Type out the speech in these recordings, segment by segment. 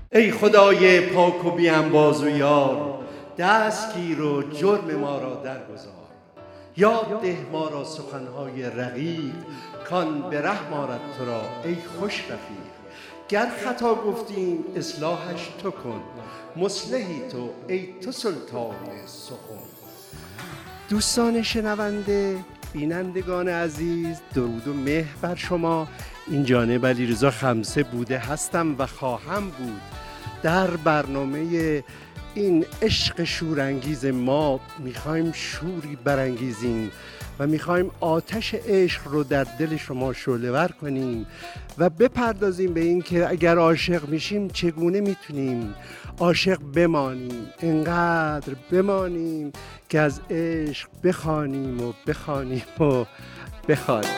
ای خدای پاک و بی‌انباز و یار، دستگیر و جرم ما را درگذار. یاد ده ما را سخنهای رقیق، کان به ره آرد تو را ای خوش رفیق. گر خطا گفتیم اصلاحش تو کن، مصلحی تو ای تو سلطان سخن. دوستان شنونده، بینندگان عزیز، درود و مهر بر شما. این جانب علیرضا خمسه بوده هستم و خواهم بود. در برنامه این عشق شورانگیز ما میخوایم شوری برانگیزیم و میخوایم آتش عشق رو در دل شما شعله‌ور کنیم و بپردازیم به این که اگر عاشق میشیم چگونه میتونیم عاشق بمانیم، انقدر بمانیم که از عشق بخوانیم و بخوانیم و بخوانیم.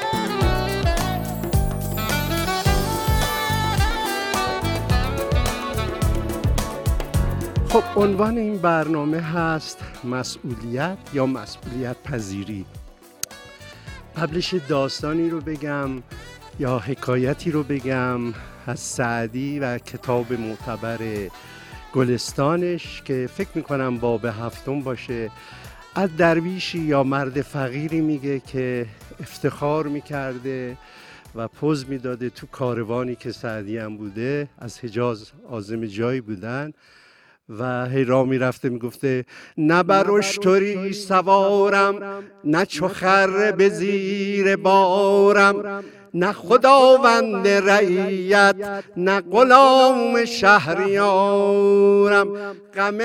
خب عنوان این برنامه هست مسئولیت یا مسئولیت پذیری. قبلش داستانی رو بگم یا حکایتی رو بگم از سعدی و کتاب معتبر گلستانش که فکر میکنم باب 7 باشه. از درویشی یا مرد فقیری میگه که افتخار میکرده و پوز میداده تو کاروانی که سعدی هم بوده، از حجاز عازم جایی بودن و هی راه میرفته میگفته نه بر اشتری سوارم، نه چو خر به زیر بارم، نه خداوند رعیت، نه غلام شهریارم. غم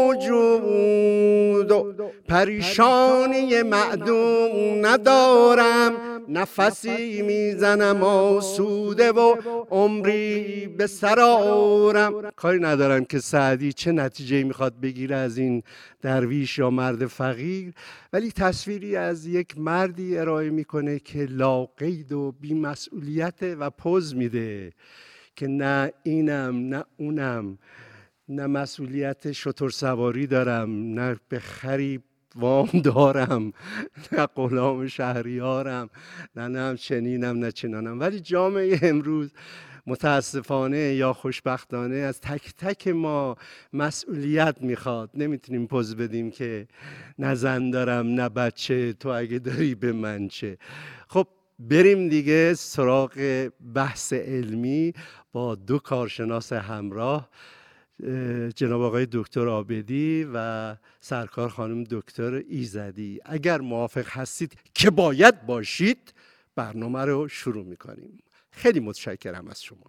موجود و پریشانی معدوم ندارم، نفسی میزنم آسوده و عمری به سرارم. کاری ندارم که سعدی چه نتیجه میخواد بگیره از این درویش یا مرد فقیر، ولی تصویری از یک مردی ارائه میکنه که لاقید و بی‌مسئولیت و پوز میده که نه اینم نه اونم، نه مسئولیت شتر سواری دارم، نه به خری وام دارم، نه غلام شهریارم، نه چنینم نه چنانم. ولی جامعه امروز متاسفانه یا خوشبختانه از تک تک ما مسئولیت میخواد. نمیتونیم پوز بدیم که نه زن دارم نه بچه، تو اگه داری به من چه. خب بریم دیگه سراغ بحث علمی با دو کارشناس همراه، جناب آقای دکتر عابدی و سرکار خانم دکتر ایزدی. اگر موافق هستید که باید باشید، برنامه رو شروع میکنیم. خیلی متشکرم از شما.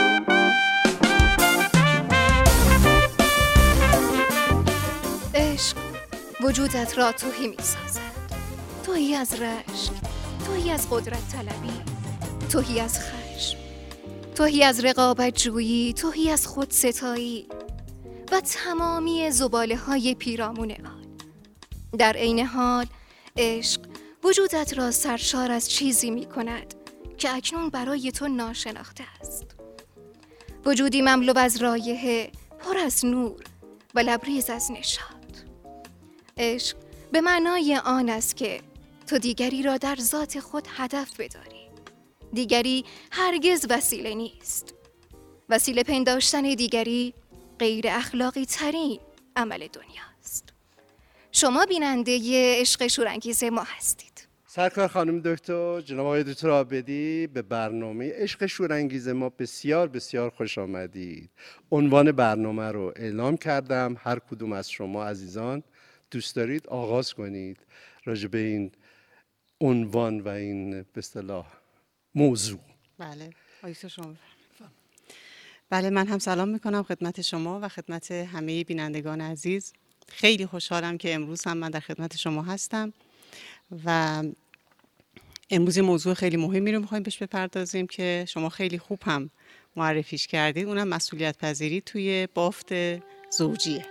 عشق وجودت را تهی می‌سازد. تهی از رشک، تهی از قدرت طلبی، تهی از خشم، تهی از رقابت جویی، تهی از خودستایی و تمامی زباله‌های پیرامون آن. در عین حال عشق وجودت را سرشار از چیزی می‌کند که اکنون برای تو ناشناخته است. وجودی مملو از رایحه، پر از نور و لبریز از نشاط. عشق به معنای آن است که تو دیگری را در ذات خود هدف بداری. دیگری هرگز وسیله نیست. وسیله پنداشتن دیگری غیر اخلاقی ترین عمل دنیاست. شما بیننده عشق شورانگیز ما هستید. سرکار خانم دکتر، جناب آقای دکتر عابدی، به برنامه عشق شورانگیز ما بسیار بسیار خوش آمدید. عنوان برنامه رو اعلام کردم. هر کدوم از شما عزیزان دوست دارید آغاز کنید راجع به این عنوان و این به اصطلاح موضوع. بله، آیسا شما. بله، من هم سلام میکنم خدمت شما و خدمت همه بینندگان عزیز. خیلی خوشحالم که امروز هم من در خدمت شما هستم و امروز موضوع خیلی مهمی رو میخوایم بهش بپردازیم که شما خیلی خوب هم معرفیش کردید. اونم مسئولیت پذیری توی بافت زوجیه.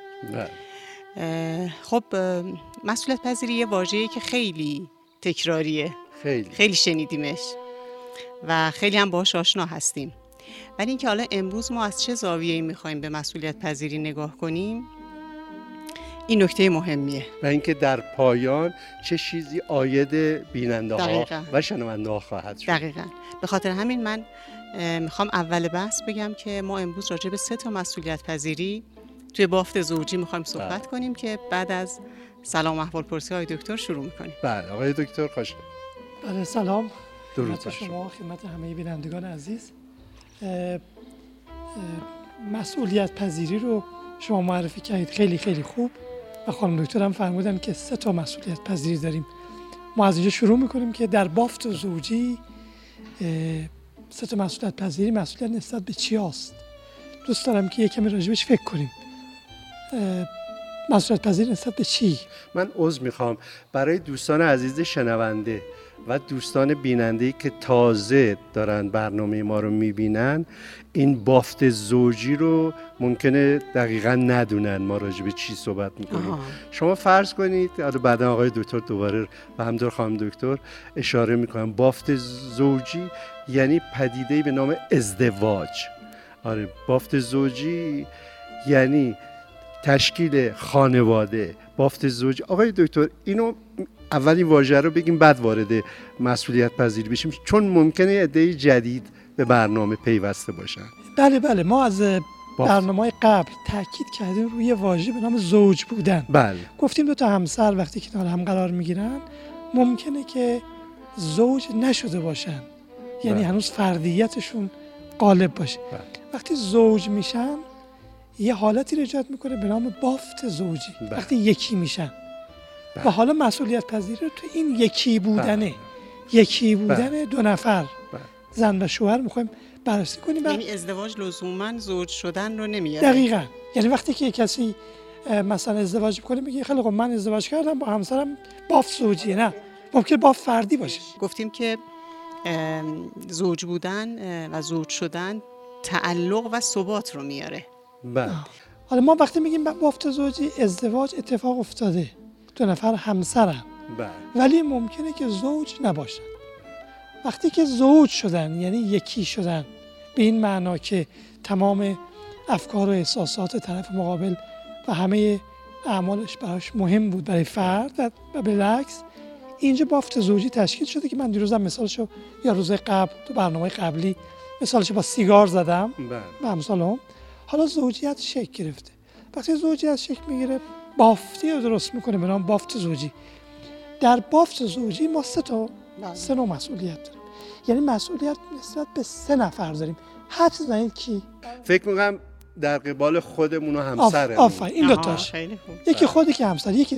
خب مسئولیت پذیری یه واژه‌ای که خیلی تکراریه، خیلی شنیدیمش و خیلی هم باهاش آشنا هستیم. ولی اینکه حالا امروز ما از چه زاویه‌ای میخوایم به مسئولیت پذیری نگاه کنیم، این نکته مهمیه. و اینکه در پایان چه چیزی عاید بیننده ها و شنونده ها خواهد شد. دقیقاً. به خاطر همین من میخوام اول بحث بگم که ما امروز راجع به 3 مسئولیت پذیری توی بافت زوجی میخوایم صحبت کنیم که بعد از سلام احوال پرسی های دکتر شروع میکنیم. بله آقای دکتر خوش بله سلام درود خدمت شما، خدمت همه بینندگان عزیز. مسئولیت پذیری رو شما معرفی کردید خیلی خیلی خوب و خانم دکتر هم فرمودن که 3 مسئولیت پذیری داریم. ما از اینجا شروع میکنیم که در بافت زوجی 3 مسئولیت پذیری مسئولیت نسبت به چی هست؟ دوست دارم که یک کمی راجبش فکر کنیم. مسئولیت پذیری نسبت به چی؟ من عذر میخوام برای دوستان عزیز شنونده و دوستان بیننده‌ای که تازه دارن برنامه ما رو میبینن، این بافت زوجی رو ممکنه دقیقاً ندونن ما راجع به چی صحبت میکنیم. شما فرض کنید، بعدا آقای دکتر دوباره و همینطور خانم دکتر اشاره میکنن، بافت زوجی یعنی پدیده‌ای به نام ازدواج. آره، بافت زوجی یعنی تشکیل خانواده. بافت زوج، آقای دکتر اینو اول این واژه رو بگیم بعد وارد مسئولیت پذیری بشیم، چون ممکنه عده جدید به برنامه پیوسته باشن. بله ما از برنامه‌های قبل تاکید کردیم روی واژه به نام زوج بودن. بله گفتیم 2 همسر وقتی کنار هم قرار میگیرن ممکنه که زوج نشده باشن، یعنی هنوز فردیتشون غالب باشه. وقتی زوج میشن یه حالتی رو ایجاد میکنه به نام بافت زوجی. وقتی یکی میشن و حالا مسئولیت پذیری رو تو این یکی بودنه، یکی بودن 2 نفر زن و شوهر میخوایم بررسی کنیم. یعنی ازدواج لزوما زوج شدن رو نمیاره. دقیقاً. یعنی وقتی که کسی مثلا ازدواج میکنه میگه خیلی خب من ازدواج کردم با همسرم بافت زوجیه، نه، ممکنه بافت فردی باشه. گفتیم که زوج بودن و زوج شدن تعلق و ثبات رو میاره. بله. حالا ما وقتی میگیم بافت زوجی، ازدواج اتفاق افتاده، 2 نفر همسرن، ولی ممکنه که زوج نباشن. وقتی که زوج شدن یعنی یکی شدن، به این معنا که تمام افکار و احساسات طرف مقابل و همه اعمالش براش مهم بود برای فرد و بالعکس، اینجا بافت زوجی تشکیل شده که من دیروزم مثالشو یا روز قبل تو برنامه قبلی مثالشو با سیگار زدم و امثال. حالا زوجیت شکل گرفته. وقتی زوجیت شکل میگیره بافتی رو درست میکنه به نام بافت زوجی. در بافت زوجی ما 3 نوع مسئولیت داریم، یعنی مسئولیت نسبت به 3 نفر داریم. حد زنید کی؟ فکر میکنم در قبال خودمون و همسرمون. آفرین، این 2 تاش. یکی خودی که همسر، یکی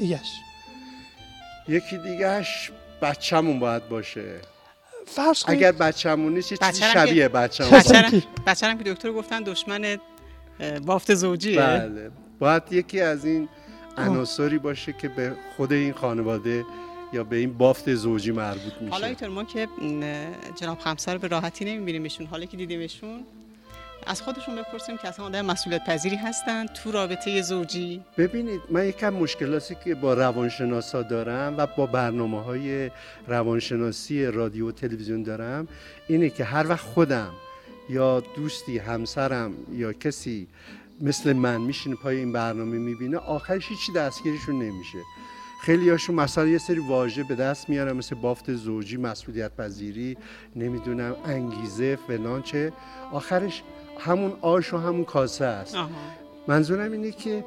دیگهش بچه‌مون باید باشه. فرض کنید اگر بچه‌مون نیست چیزی شبیه بچه‌مون. بچه‌م که دکتر گفتن دشمن بافت زوجیه. بله، باید یکی از این عناصری باشه که به خود این خانواده یا به این بافت زوجی مربوط میشه. حالا اینطور ما که جناب همسر به راحتی نمیبینیمشون، حالا که دیدیمشون از خودشون بپرسیم که اصلا آدم مسئولیت پذیری هستن تو رابطه زوجی. ببینید، من یکم مشکلاتی که با روانشناسا دارم و با برنامه‌های روانشناسی رادیو و تلویزیون دارم اینه که هر وقت خودم یا دوستی، همسرم یا کسی مثل من میشینه پای این برنامه میبینه، آخرش هیچی دستگیرشون نمیشه. خیلی هاشون مثلا یه سری واژه به دست میارن مثل بافت زوجی، مسئولیت پذیری، نمیدونم انگیزه فلان، چه آخرش همون آش و همون کاسه است. منظورم اینه که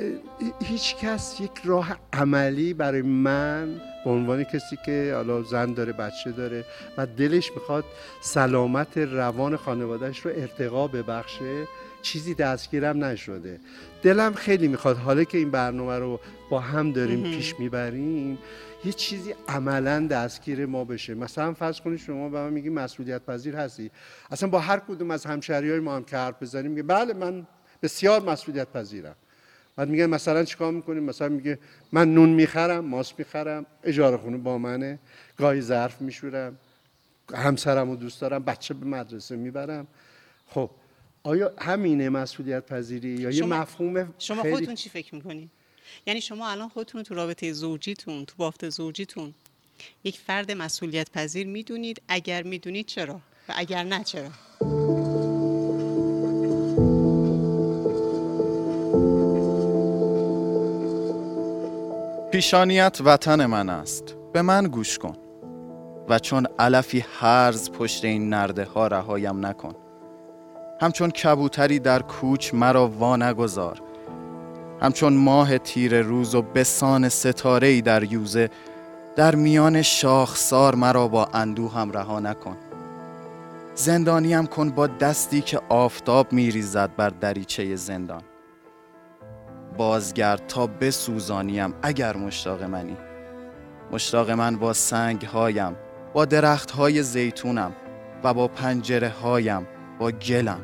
هیچ کس یک راه عملی برای من به عنوان کسی که حالا زن داره، بچه داره و دلش میخواد سلامت روان خانوادهش رو ارتقا ببخشه، چیزی دستگیرم نشده. دلم خیلی میخواد حالا که این برنامه رو با هم داریم پیش میبریم یه چیزی عملاً دستگیر ما بشه. مثلا فرض کنید شما به من میگی مسئولیت پذیر هستی، اصلا با هر کدوم از همشهریای ما هم که حرف بزنیم میگه بله من بسیار مسئولیت پذیرم. بعد میگه مثلا چیکار میکنیم؟ مثلا میگه من نون میخرم، ماست میخرم، اجاره خونه با منه، گاهی ظرف میشورم، همسرمو دوست دارم، بچه به مدرسه میبرم. خب آیا همینه مسئولیت پذیری یا یه مفهوم شما خودتون چی فکر میکنی؟ یعنی شما الان خودتون تو رابطه زوجیتون، تو بافت زوجیتون یک فرد مسئولیت پذیر میدونید؟ اگر میدونید چرا؟ و اگر نه چرا؟ پیشانیت وطن من است، به من گوش کن. و چون علفی هرز پشت این نرده ها رهایم نکن. همچون کبوتری در کوچ مرا وا نگذار، همچون ماه تیر روز و بسان ستاره‌ای در یوزه، در میان شاخسار مرا با اندوهم رها نکن. زندانیم کن با دستی که آفتاب میریزد بر دریچه زندان. بازگرد تا بسوزانیم اگر مشتاق منی. مشتاق من با سنگهایم، با درختهای زیتونم و با پنجره هایم، با گلم.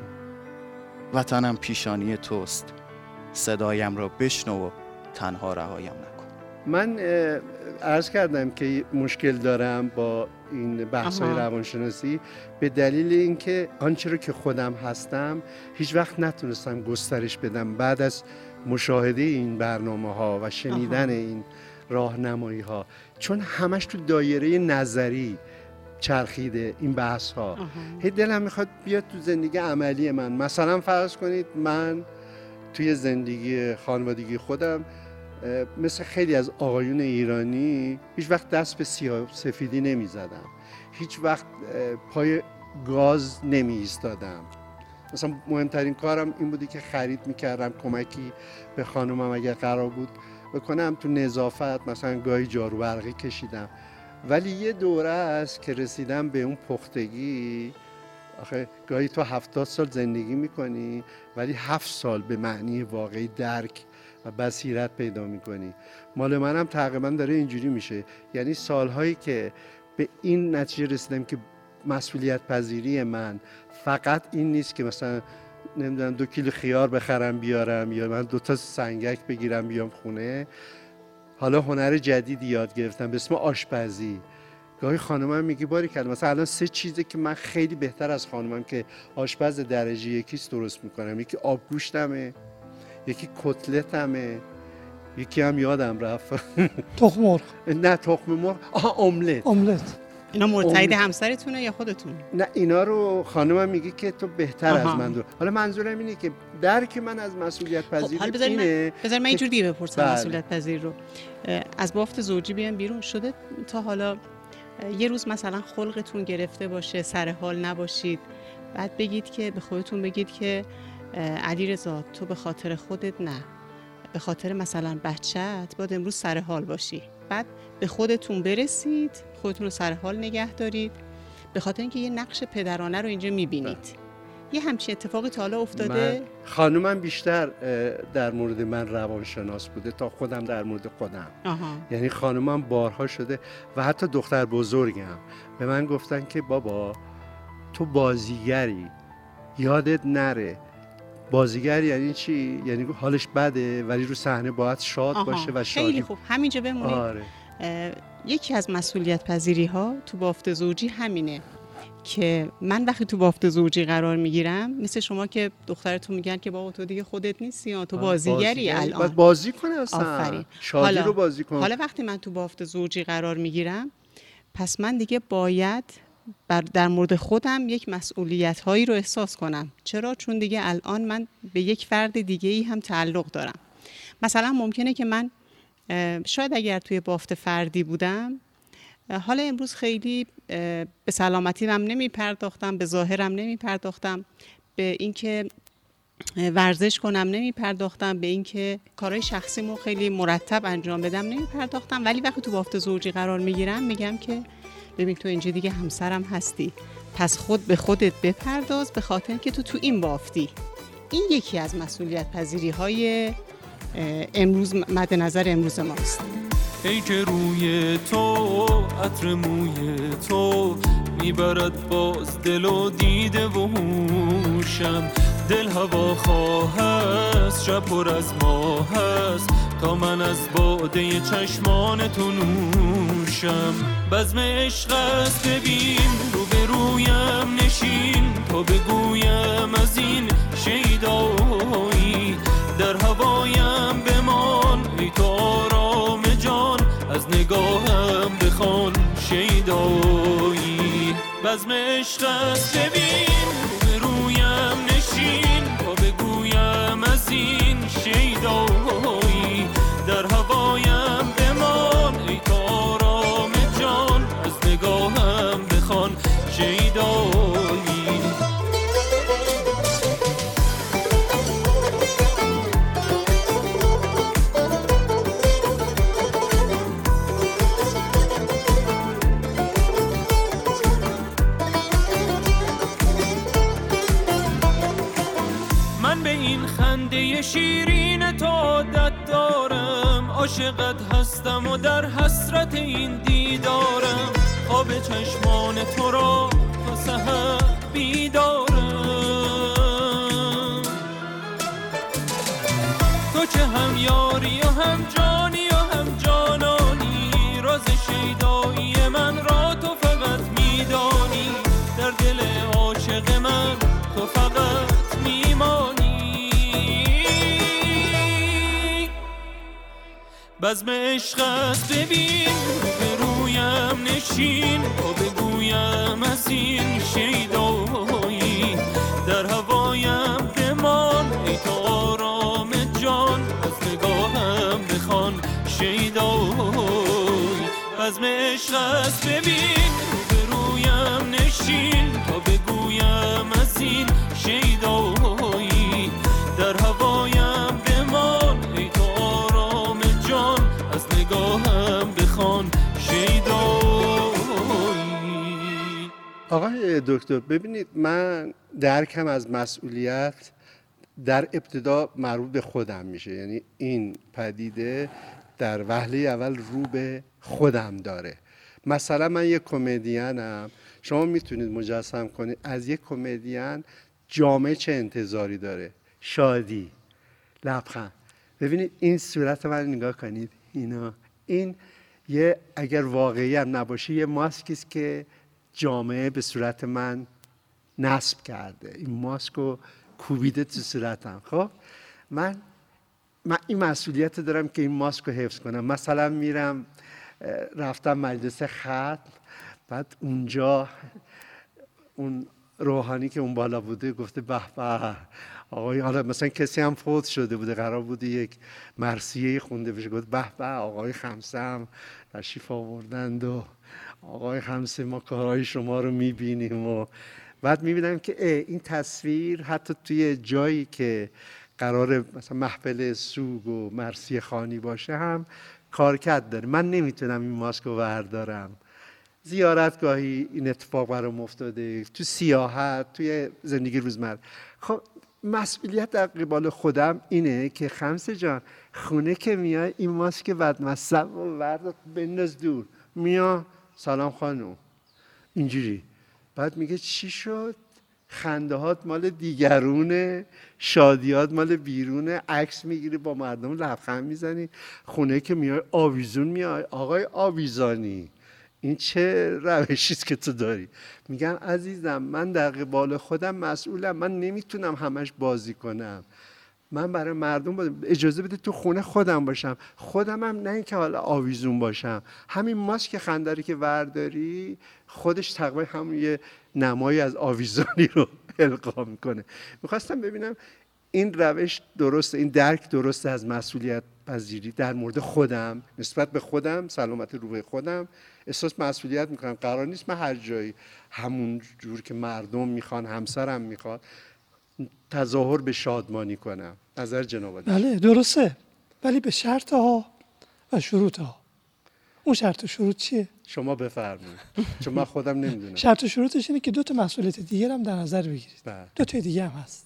وطنم پیشانی توست، صدایم را بشنو و تنها رهایم نکن. من عرض کردم که مشکل دارم با این بحث‌های روانشناسی به دلیل اینکه آنچه رو که خودم هستم هیچ وقت نتونستم گسترش بدم بعد از مشاهده این برنامه‌ها و شنیدن این راهنمایی‌ها، چون همش تو دایره نظری چرخیده این بحث‌ها. هی دلم میخواد بیاد تو زندگی عملی من. مثلا فرض کنید من توی زندگی خانوادگی خودم مثل خیلی از آقایون ایرانی هیچ وقت دست به سیاه سفیدی نمی زدم، هیچ وقت پای گاز نمی ایستادم. مثلا مهمترین کارم این بودی که خرید می کردم، کمکی به خانومم اگر قرار بود بکنم، تو نظافت مثلا گاهی جارو برقی کشیدم. ولی یه دوره است که رسیدم به اون پختگی. آخه گاهی تو 70 سال زندگی میکنی ولی 7 سال به معنی واقعی درک و بصیرت پیدا میکنی. مال منم تقریبا داره اینجوری میشه، یعنی سالهایی که به این نتیجه رسیدم که مسئولیت پذیری من فقط این نیست که مثلا نمیدونم 2 کیلو خیار بخرم بیارم یا من 2 تا سنگک بگیرم بیام خونه. حالا هنر جدیدی یاد گرفتم به اسم آشپزی. گاهی خانمم میگه باری کرد مثلا الان 3 چیزه که من خیلی بهتر از خانمم که آشپز درجه یکیست درست میکنم. یکی آب گوشتمه، یکی کتلتمه، یکی هم یادم رفت تخم مرغ. نه تخم مرغ، املت. اینا مرتبط همسرتونه یا خودتون؟ نه اینا رو خانمم میگه که تو بهتر از من دور. حالا منظورم اینه که درک من از مسئولیت پذیری اینه. بذار من اینجور دیگه بپرسم. مسئولیت پذیر رو از بافت زوجی بیان بیرون شده تا حالا یه روز مثلا خلقتون گرفته باشه، سر حال نباشید، بعد بگید که به خودتون بگید که علیرضا تو به خاطر خودت نه، به خاطر مثلا بچه‌ت باید امروز سر حال باشی، بعد به خودتون برسید، خودتون رو سر حال نگه دارید، به خاطر اینکه یه نقش پدرانه رو اینجا میبینید. یه همچین اتفاقی تا حالا افتاده؟ خانومم بیشتر در مورد من روانشناس بوده تا خودم در مورد خودم. یعنی خانومم بارها شده و حتی دختر بزرگم به من گفتن که بابا تو بازیگری، یادت نره. بازیگر یعنی چی؟ یعنی حالش بده ولی رو صحنه باید شاد باشه و شادی. خیلی خوب، همینجا بمونید. آره. یکی از مسئولیت پذیری ها تو بافت زوجی همینه که من وقتی تو بافت زوجی قرار میگیرم، مثل شما که دخترتون میگن که بابا تو دیگه خودت نیستی یا تو بازیگری الان باید بازی کنه اصلا. آفرین. شادی رو بازی کن. حالا وقتی من تو بافت زوجی قرار میگیرم، پس من دیگه باید در مورد خودم یک مسئولیت هایی رو احساس کنم. چرا؟ چون دیگه الان من به یک فرد دیگه ای هم تعلق دارم. مثلا ممکنه که من شاید اگر توی بافت فردی بودم، حالا امروز خیلی به سلامتیم نمی پرداختم، به ظاهرم نمی پرداختم، به اینکه ورزش کنم نمی پرداختم، به اینکه کارهای شخصیمو خیلی مرتب انجام بدم نمی پرداختم. ولی وقتی تو بافت زوجی قرار میگیرم میگم که ببین تو اینجا دیگه همسرم هستی، پس خود به خودت بپرداز به خاطر که تو این بافتی. این یکی از مسئولیت پذیری های امروز مد نظر امروز ماست. ای که روی تو عطر موی تو میبرد باز دل و دیده و هوشم، دل هوا خواه است شب پر از ماه است تا من از باده چشمان تو نوشم. بزم عشق است ببین رو به رویم نشین تا بگویم از این شیدایی، در هوایم بمان ای تو آرام جان، از نگاهم بخوان شیدایی. بزم عشق است ببین رو به رویم نشین تا بگویم از این شیدایی، در هوایم بمان ای تو آرام جان، از نگاهم عاشقت هستم و در حسرت این دیدارم، خواب چشمان تو را تا سحر بیدارم. تو که هم یاری و هم جانی و هم جانانی، راز شیدایی من را تو فقط میدانی، در دل عاشق من تو فقط میمانی. بزم عشقت ببین به رویم نشین، تا بگویم از این شیدایی، در هوایم بمان ای تو آرام جان، از نگاهم بخوان شیدایی. بزم عشقت ببین به رویم نشین، تا بگویم از این شیدایی، در هوایم بمان ای تو آرام جان، از نگاهم بخوان شیدایی. آقای دکتر ببینید، من درکم از مسئولیت در ابتدا مربوط به خودم میشه، یعنی این پدیده در وهله اول رو به خودم داره. مثلا من یک کمدینم، شما میتونید مجسم کنید از یک کمدین جامعه چه انتظاری داره؟ شادی، لبخند. ببینید این صورت من نگاه کنید، این یه اگر واقعی هم نباشه یه ماسکی است که جامعه به صورت من نصب کرده، این ماسکو کوبیده تو صورتم. خب من این مسئولیت دارم که این ماسک رو حفظ کنم. مثلا رفتم مجلس ختم، بعد اونجا اون روحانی که اون بالا بوده گفته به به آقای، حالا مثلا کسی هم فوت شده بوده، قرار بوده یک مرثیه خونده بشه، گفت به به آقای خمسه هم تشریف آوردند و آقای خمسه ما کارهای شما رو میبینیم. و بعد میبینم که این تصویر حتی توی جایی که قرار مثلا محفل سوگ و مرثیه خوانی باشه هم کارکرد داره. من نمیتونم این ماسک رو بردارم. زیارتگاهی این اتفاق برام افتاده، تو سیاحت، توی زندگی روزمره. خب مسئولیت در قبال خودم اینه که خمسه جان خونه که میای این ماسک بدمصب و بردار بنداز دور، میا سلام خانم اینجوری. بعد میگه چی شد؟ خندهات مال دیگرونه، شادیات مال بیرونه، عکس میگیری با مردم لبخند میزنی، خونه که میای آویزون میای. آقای آویزانی این چه روشیست که تو داری؟ میگم عزیزم من در قبال خودم مسئولم، من نمیتونم همش بازی کنم، من برای مردم اجازه بده تو خونه خودم باشم، خودم هم نه اینکه حالا آویزون باشم. همین ماسک خندری که ورداری خودش تقریبا همون یه نمایی از آویزانی رو القا میکنه. میخواستم ببینم این روش درسته، این درک درسته از مسئولیت پذیری در مورد خودم، نسبت به خودم، سلامت روح خودم احساس مسئولیت میکنم. قرار نیست من هر جایی همون جور که مردم میخوان، همسرم میخواد، تظاهر به شادمانی کنم. نظر جناب عالی. بله درسته، ولی به شرط ها و شروط ها. اون شرط و شروط چیه؟ شما بفرمایید چون من خودم نمیدونم. شرط و شروطش اینه که دو تا مسئولیت دیگر هم در نظر بگیرید. دو تا دیگه هم هست.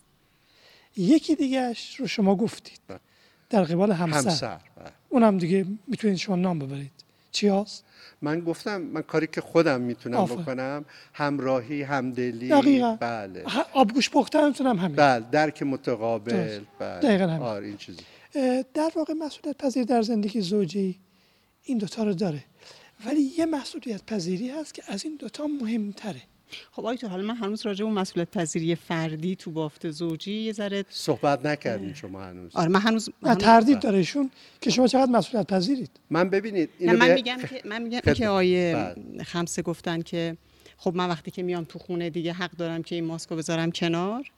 یکی دیگهش رو شما گفتید در قبال همسر. اونم دیگه میتونید شما نام ببرید. چی هست؟ من گفتم من کاری که خودم میتونم بکنم، همراهی، همدلی. دقیقاً. بله. آبگوش پختن میتونم همین. بله، درک متقابل. بله. دقیقاً همین. این چیزی. در واقع مسئولیت پذیری در زندگی زوجی این دوتا رو داره، ولی یه مسئولیت پذیری هست که از این دوتا مهمتره. خب آیتو، حالا من هنوز راجع به مسئولیت پذیری فردی تو بافت زوجی یه ذره صحبت نکردین شما هنوز. آره من هنوز تردید داره ایشون که شما چقدر مسئولیت پذیرید. من ببینید اینو من میگم که آیه خمسه گفتن که خب من وقتی که میام تو خونه دیگه حق دارم که این ماسکو بذارم کنار.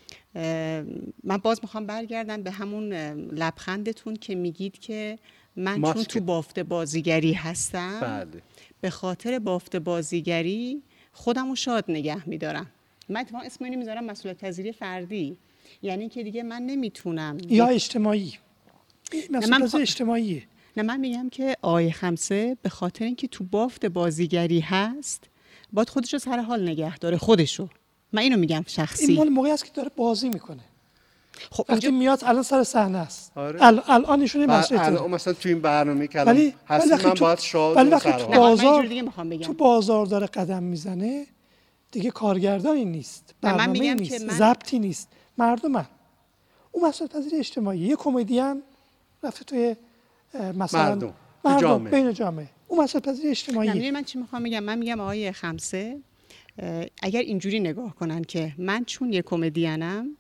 من باز میخوام برگردم به همون لبخندتون که میگید که من چون تو بافت بازیگری هستم، بله. به خاطر بافت بازیگری خودمو شاد نگه میدارم. من اتفاقا اسم اینو میذارم مسئولیت پذیری فردی، یعنی که دیگه من نمیتونم یا اجتماعی. مسئولیت اجتماعیه. نه من میگم که آیه خمسه به خاطر اینکه تو بافت بازیگری هست باید خودش رو سر حال نگه داره، خودشو. من اینو میگم شخصی. این مال موقعی است که داره بازی میکنه. خب وقتی میاد الان سر صحنه است. آره. الان ایشون مسئولیت داره. الان مثلا تو این برنامه که الان هستی من باید شاد ولی و وقتی سرحال. تو بازار داره قدم میزنه دیگه کارگردانی نیست، برنامه‌ای نیست، ضبطی نیست، مردمن. اون مسئولیت پذیری اجتماعی. یه کمدین رفته توی مثلا مردم بین جامعه، اون مسئولیت پذیری اجتماعی. من چی میخوام بگم؟ من میگم آقای خمسه اگر اینجوری نگاه کنن که من چون یه کمدینم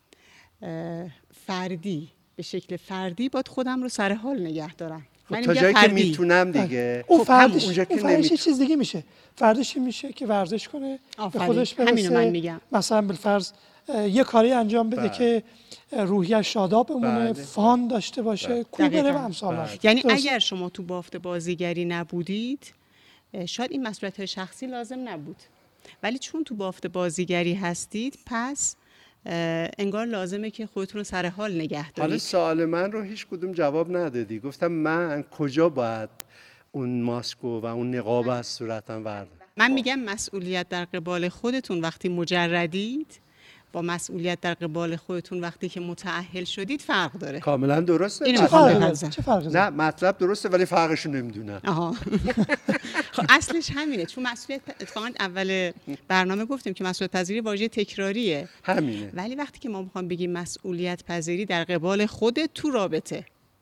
فردی به شکل فردی باید خودم رو سر حال نگه دارم. من تا جایی که میتونم دیگه. اون فردش یه چیز دیگه میشه. فردش میشه که ورزش کنه، به خودش برسه. همینو من میگم. مثلا بالفرض یه کاری انجام بده که روحیه شاداب بمونه، فان داشته باشه، کوی بره و امثال. یعنی اگر شما تو بافت بازیگری نبودید شاید این مسئولیت‌های شخصی لازم نبود، ولی چون تو بافت بازیگری هستید پس انگار لازمه که خودتون رو سر حال نگه دارید. حالا سوال من رو هیچ کدوم جواب ندادی. گفتم من کجا باید اون ماسکو و اون نقاب از صورتم بردارم؟ من میگم مسئولیت در قبال خودتون وقتی مجردید با مسئولیت در قبال خودتون وقتی که متأهل شدید فرق داره. کاملا درسته. چه فرقی؟ نه مطلب درسته ولی فرقش رو نمیدونم. خب اصلش همینه، چون مسئولیت اتفاقا اول برنامه گفتیم که مسئولیت پذیری واژه تکراریه. همینه. ولی وقتی که ما میخوام بگیم مسئولیت پذیری در قبال خودت تو رابطه،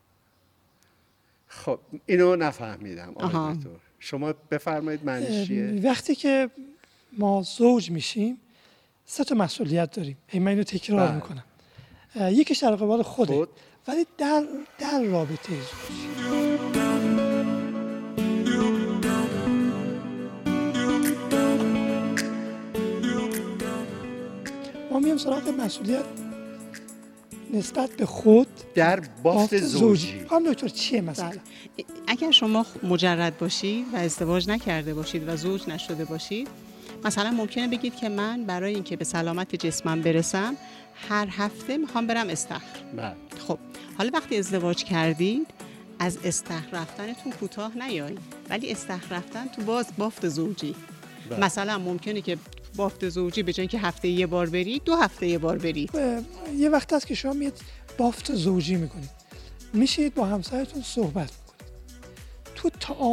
خب اینو نفهمیدم. شما بفرمایید معنیش چیه؟ وقتی که ما زوج میشیم 3 تا مسئولیت داریم. من اینو تکرار میکنم. یکیش در قبال خوده، ولی در رابطه زوج. ما میام سراغ مسئولیت نسبت به خود در بافت زوجی. خانم دکتر چیه مثلا؟ اگر شما مجرد باشید و ازدواج نکرده باشید و زوج نشده باشید، مثلا ممکنه بگید که من برای اینکه به سلامت جسمم برسم هر هفته میخوام برم استخر. خب حالا وقتی ازدواج کردید از استخر رفتنتون کوتاه نیایید، ولی استخر رفتن تو بافت زوجی. مثلا ممکنه که بافت زوجی به جای اینکه هفته یه بار برید 2 هفته یه بار برید. یه وقت هست که شما میاد بافت زوجی میکنید، میشید با همسرتون صحبت میکنید، تو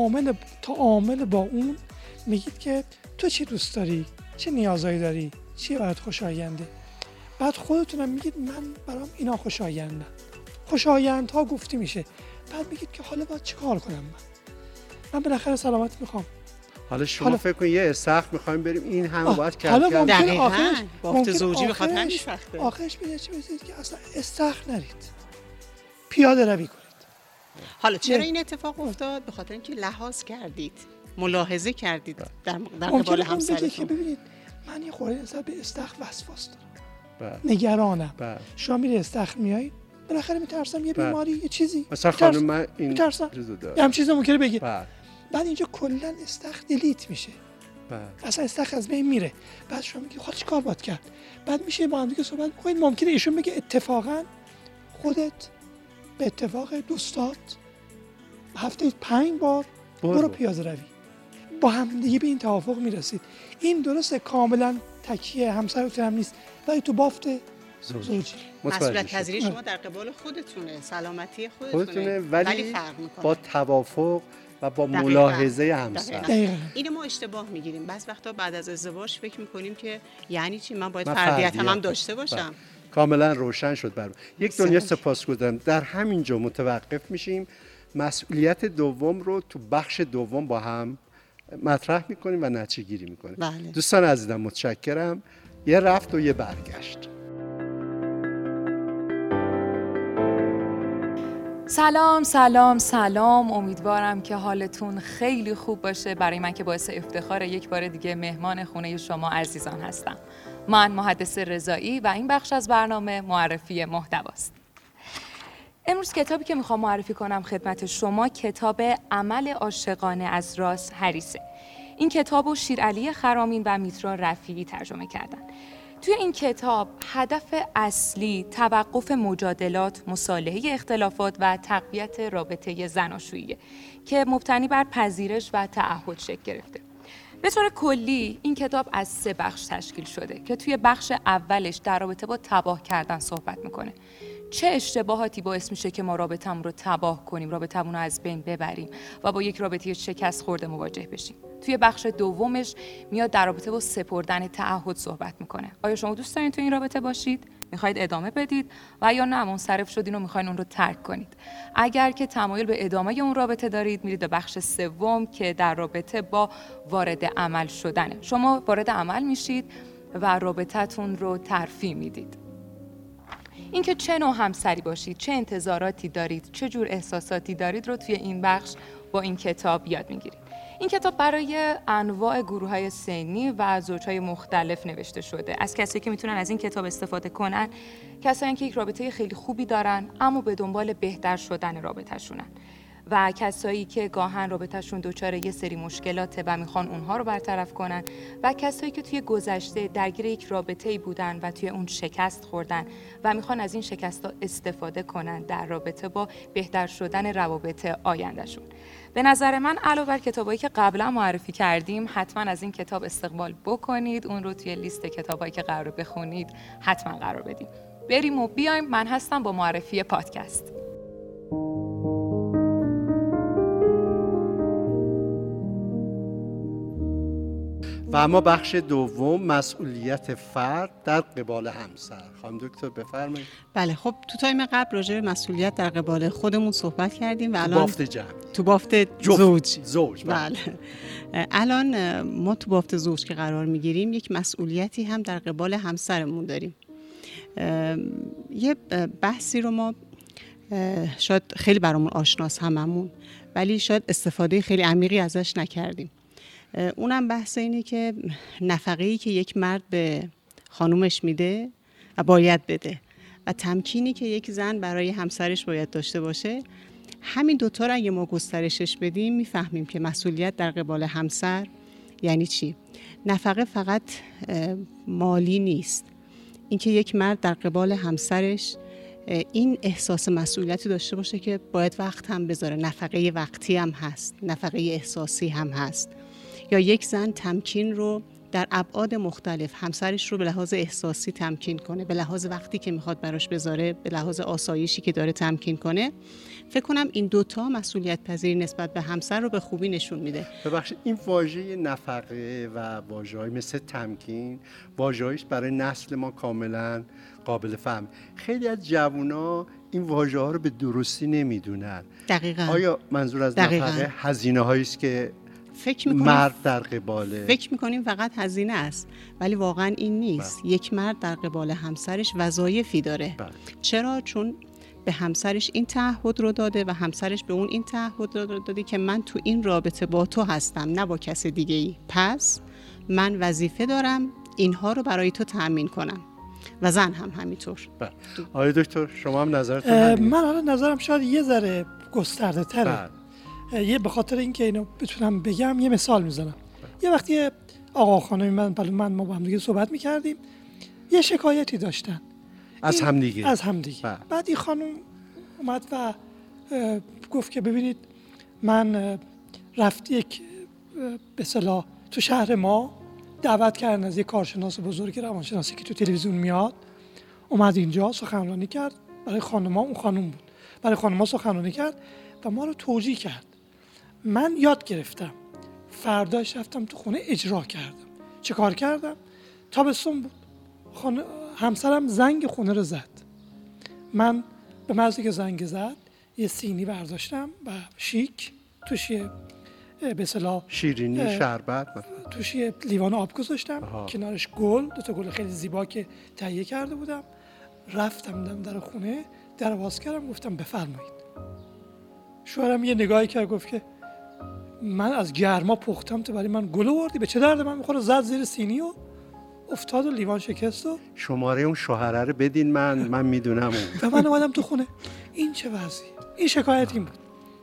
تعامل با اون میگید که تو چی دوست داری، چه نیازایی داری، چی برات خوشاینده. بعد خودتونم میگید من برام اینا خوشایندن. خوشایندها گفته میشه. بعد میگید که حالا باید چیکار کنم من بالاخره سلامت میخوام. حالا شما فکر کن یه استخر میخوایم بریم این هم باید کرد. حالا ممکنه بافت زوجی بخواد همین سخته. آخرش میگه چی بزنید که اصلا استخر نرید، پیاده روی کنید. حالا چرا این اتفاق افتاد؟ به خاطر اینکه لحاظ کردید، ملاحظه کردید در قبال همسرتون. که ببینید من یه خورده نسبت به استخر وسواس دارم، نگرانم. شما میری استخر میای بالاخره میترسم یه بیماری یه چیزی، مثلا خانم من این میترسم یه هم چیزی ممکنه بگی. بعد اینجا کلا استخر دیلیت میشه، اصلا استخر از بین میره. بعد شما میگی خود چیکار باید کرد؟ بعد میشه با هم دیگه صحبت میکنید. ممکنه ایشون بگه اتفاقا خودت به اتفاق دوستات هفته 5 بار برو پیاده روی، با هم دیگه به این توافق میرسید. این درسته کاملا تکیه همسرتون هم نیست، ولی تو بافت زوجی مسئولیت پذیری شما در قبال خودتونه، سلامتی خودتونه، ولی فرق میکنه با توافق و با ملاحظه همسر. اینو ما اشتباه میگیریم. بعض وقتا بعد از ازدواج فکر میکنیم که یعنی چی من باید فردیتم هم داشته باشم. کاملا روشن شد برام. یک دنیا سپاسگزارم. در همین جا متوقف میشیم. مسئولیت دوم رو تو بخش دوم با هم مطرح میکنیم و نتیجه گیری میکنیم. دوستان عزیزم متشکرم. یه رفت و یه برگشت. سلام سلام سلام، امیدوارم که حالتون خیلی خوب باشه. برای من که باعث افتخار یک بار دیگه مهمان خونه شما عزیزان هستم. من محدث رضایی و این بخش از برنامه معرفی محتواست. امروز کتابی که میخوام معرفی کنم خدمت شما کتاب عمل عاشقانه از راس هریسه. این کتاب رو شیرعلی خرامین و میترا رفیعی ترجمه کردن. توی این کتاب هدف اصلی توقف مجادلات، مصالحه اختلافات و تقویت رابطه زناشوییه که مبتنی بر پذیرش و تعهد شکل گرفته. به طور کلی این کتاب از 3 بخش تشکیل شده که توی بخش اولش در رابطه با تباه کردن صحبت میکنه. چه اشتباهاتی باعث میشه که ما رابطمون رو تباه کنیم، رابطمون رو از بین ببریم و با یک رابطه شکست خورده مواجه بشیم. توی بخش دومش میاد در رابطه با سپردن تعهد صحبت میکنه. آیا شما دوست دارین تو این رابطه باشید؟ میخواید ادامه بدید و یا نه منصرف شدین و میخواین اون رو ترک کنید؟ اگر که تمایل به ادامه اون رابطه دارید، میرید به بخش سوم که در رابطه با وارد عمل شدنه. شما وارد عمل میشید و رابطتون رو ترفیع میدید. اینکه چه نوع همسری باشید، چه انتظاراتی دارید، چه جور احساساتی دارید رو توی این بخش با این کتاب یاد میگیرید. این کتاب برای انواع گروه‌های سنی و زوج‌های مختلف نوشته شده. از کسایی که میتونن از این کتاب استفاده کنن، کسایی که یک رابطه خیلی خوبی دارن اما به دنبال بهتر شدن رابطه‌شونن و کسایی که گاهن رابطه‌شون دچار یه سری مشکلاته و میخوان اونها رو برطرف کنن و کسایی که توی گذشته درگیر یک رابطه‌ای بودن و توی اون شکست خوردن و میخوان از این شکست‌ها استفاده کنن در رابطه با بهتر شدن روابط آیندهشون. به نظر من علاوه بر کتابایی که قبلا معرفی کردیم، حتما از این کتاب استقبال بکنید، اون رو توی لیست کتابایی که قرار بخونید حتما قرار بدید. بریم و بیایم. من هستم با معرفی پادکست. و اما بخش دوم، مسئولیت فرد در قبال همسر. خانم دکتر بفرمایید. بله، خب تو تایم قبل راجع به مسئولیت در قبال خودمون صحبت کردیم و الان بافت جمعی، تو بافت زوج. بله. الان ما تو بافت زوج که قرار میگیریم، یک مسئولیتی هم در قبال همسرمون داریم. یه بحثی رو ما شاید خیلی برامون آشناس هممون، ولی شاید استفاده خیلی عمیقی ازش نکردیم. اونم بحث اینه که نفقه‌ای که یک مرد به خانومش میده و باید بده و تمکینی که یک زن برای همسرش باید داشته باشه، همین دوتا رو اگه ما گسترشش بدیم میفهمیم که مسئولیت در قبال همسر یعنی چی. نفقه فقط مالی نیست. اینکه یک مرد در قبال همسرش این احساس مسئولیتی داشته باشه که باید وقت هم بذاره، نفقه وقتی هم هست، نفقه احساسی هم هست. یا یک زن تمکین رو در ابعاد مختلف همسرش رو به لحاظ احساسی تمکین کنه، به لحاظ وقتی که میخواد براش بذاره، به لحاظ آسایشی که داره تمکین کنه. فکر کنم این دوتا مسئولیت پذیری نسبت به همسر رو به خوبی نشون میده. ببخشید، این واژه نفقه و واژه‌های مثل تمکین، واژه‌هایش برای نسل ما کاملا قابل فهم. خیلی از جوونا این واژه‌ها رو به درستی نمیدونن. دقیقاً. آیا منظور از نفقه هزینه‌هایی است که مرد در قباله؟ فکر میکنیم فقط هزینه است، ولی واقعا این نیست. یک مرد در قبال همسرش وظایفی داره. چرا؟ چون به همسرش این تعهد رو داده و همسرش به اون این تعهد رو داده که من تو این رابطه با تو هستم، نه با کس دیگه ای. پس من وظیفه دارم اینها رو برای تو تأمین کنم و زن هم همینطور. آقای دکتر شما هم نظرتون؟ من حالا نظرم شاید یه ذره گسترده تره. یه به خاطر اینکه اینو بتونم بگم یه مثال میزنم. یه وقتی آقا خانمی من ما با هم دیگه صحبت میکردیم، یه شکایتی داشتن از همدیگه. بعد این خانم اومد و گفت که ببینید من رفت یک به اصطلاح تو شهر ما دعوت کردن از یک کارشناس بزرگ روانشناسی که تو تلویزیون میاد، اومد اینجا سخنرانی کرد برای خانم‌ها. اون خانم بود، برای خانم‌ها سخنرانی کرد و ما رو توجیه کرد. من یاد گرفتم، فرداش رفتم تو خونه اجرا کردم. چه کار کردم؟ تابستون بود، همسرم زنگ خونه رو زد. من به محض که زنگ زد یه سینی برداشتم و شیک، توش یه به اصطلاح شیرینی شربت، توش یه لیوان آب گذاشتم، کنارش گل، 2 گل خیلی زیبا که تهیه کرده بودم. رفتم در خونه، در باز کردم، گفتم بفرمایید. شوهرم یه نگاهی کرد، گفت که من از گرما پختم تو برای من گل آوردی، به چه درد من میخوره؟ زد زیر سینی و افتاد و لیوان شکست. و شماره اون شوهره رو بدین، من میدونم اون. و من اومدم تو خونه. این چه وضعی؟ این شکایت این بود.